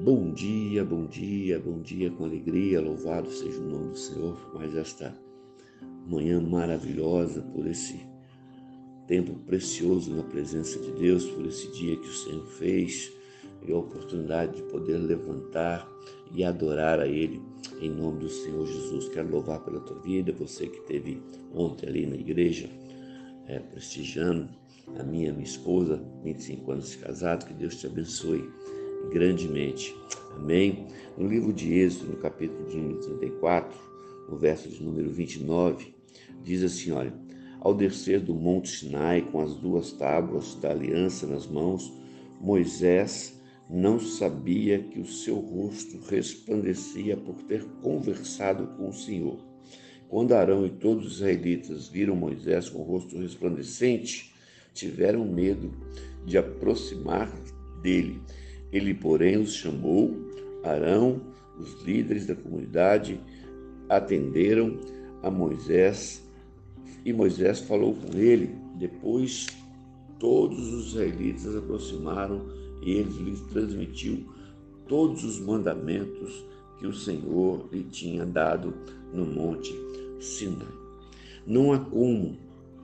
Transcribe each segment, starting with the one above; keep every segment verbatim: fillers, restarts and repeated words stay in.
Bom dia, bom dia, bom dia com alegria, louvado seja o nome do Senhor por mais esta manhã maravilhosa, por esse tempo precioso na presença de Deus, por esse dia que o Senhor fez e a oportunidade de poder levantar e adorar a Ele em nome do Senhor Jesus. Quero louvar pela tua vida, você que esteve ontem ali na igreja, é, prestigiando a minha, minha esposa, vinte e cinco anos de casado, que Deus te abençoe grandemente. Amém? No livro de Êxodo, no capítulo de número trinta e quatro, no verso de número vinte e nove, diz assim, olha, ao descer do monte Sinai com as duas tábuas da aliança nas mãos, Moisés não sabia que o seu rosto resplandecia por ter conversado com o Senhor. Quando Arão e todos os israelitas viram Moisés com o rosto resplandecente, tiveram medo de aproximar dele. Ele, porém, os chamou. Arão, os líderes da comunidade, atenderam a Moisés e Moisés falou com ele. Depois, todos os israelitas aproximaram e ele lhes transmitiu todos os mandamentos que o Senhor lhe tinha dado no monte Sinai. Não há como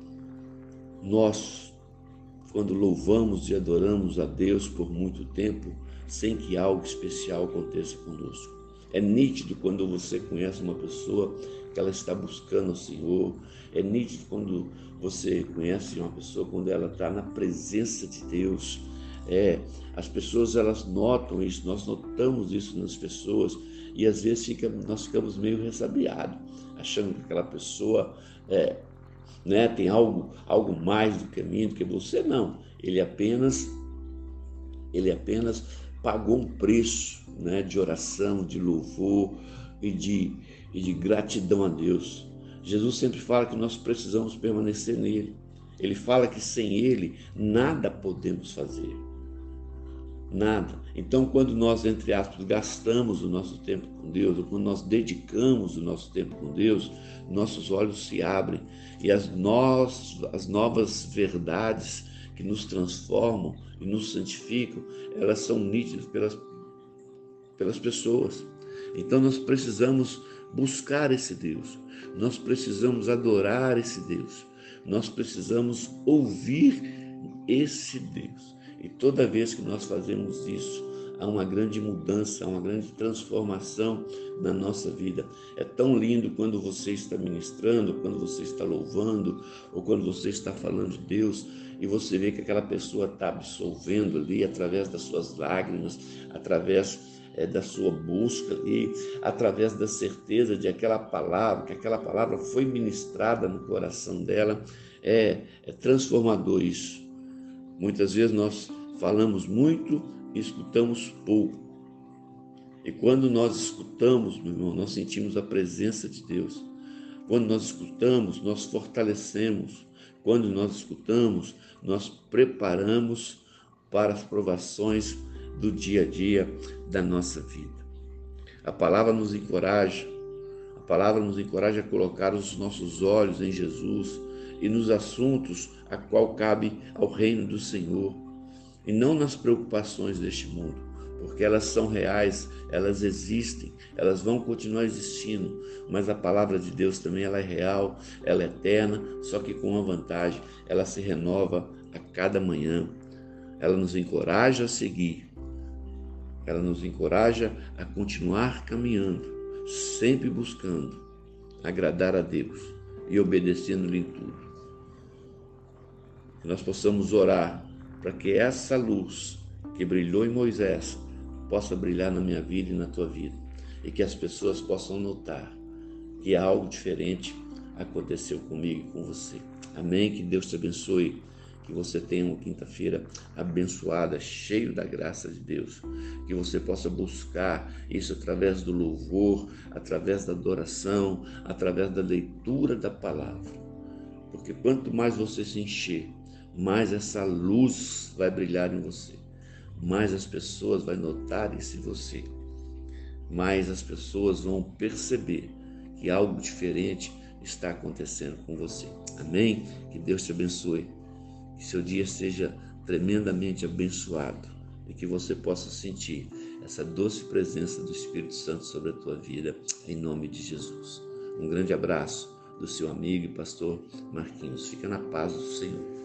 nós, quando louvamos e adoramos a Deus por muito tempo, sem que algo especial aconteça conosco. É nítido quando você conhece uma pessoa que ela está buscando o Senhor. É nítido quando você conhece uma pessoa quando ela está na presença de Deus. É, as pessoas elas notam isso, nós notamos isso nas pessoas e às vezes fica, nós ficamos meio ressabiados, achando que aquela pessoa é, né, tem algo, algo mais do que mim, do que você. Não, ele apenas, ele apenas pagou um preço, né, de oração, de louvor e de, e de gratidão a Deus. Jesus sempre fala que nós precisamos permanecer nele. Ele fala que sem ele nada podemos fazer. Nada. Então, quando nós, entre aspas, gastamos o nosso tempo com Deus, ou quando nós dedicamos o nosso tempo com Deus, nossos olhos se abrem e as, nós, as novas verdades que nos transformam e nos santificam, elas são nítidas pelas, pelas pessoas. Então, nós precisamos buscar esse Deus, nós precisamos adorar esse Deus, nós precisamos ouvir esse Deus. E toda vez que nós fazemos isso, há uma grande mudança, há uma grande transformação na nossa vida. É tão lindo quando você está ministrando, quando você está louvando, ou quando você está falando de Deus, e você vê que aquela pessoa está absolvendo ali, através das suas lágrimas, através é, da sua busca ali, através da certeza de aquela palavra, que aquela palavra foi ministrada no coração dela. É, é transformador isso. Muitas vezes nós falamos muito e escutamos pouco. E quando nós escutamos, meu irmão, nós sentimos a presença de Deus. Quando nós escutamos, nós fortalecemos. Quando nós escutamos, nós preparamos para as provações do dia a dia da nossa vida. A palavra nos encoraja, a palavra nos encoraja a colocar os nossos olhos em Jesus e nos assuntos a qual cabe ao reino do Senhor, e não nas preocupações deste mundo, porque elas são reais, elas existem, elas vão continuar existindo, mas a palavra de Deus também ela é real, ela é eterna, só que com uma vantagem, ela se renova a cada manhã, ela nos encoraja a seguir, ela nos encoraja a continuar caminhando, sempre buscando agradar a Deus e obedecendo-lhe em tudo. Que nós possamos orar para que essa luz que brilhou em Moisés possa brilhar na minha vida e na tua vida. E que as pessoas possam notar que algo diferente aconteceu comigo e com você. Amém? Que Deus te abençoe. Que você tenha uma quinta-feira abençoada, cheio da graça de Deus. Que você possa buscar isso através do louvor, através da adoração, através da leitura da palavra. Porque quanto mais você se encher, mais essa luz vai brilhar em você, mais as pessoas vão notar isso em você, mais as pessoas vão perceber que algo diferente está acontecendo com você. Amém? Que Deus te abençoe, que seu dia seja tremendamente abençoado e que você possa sentir essa doce presença do Espírito Santo sobre a tua vida, em nome de Jesus. Um grande abraço do seu amigo e pastor Marquinhos. Fica na paz do Senhor.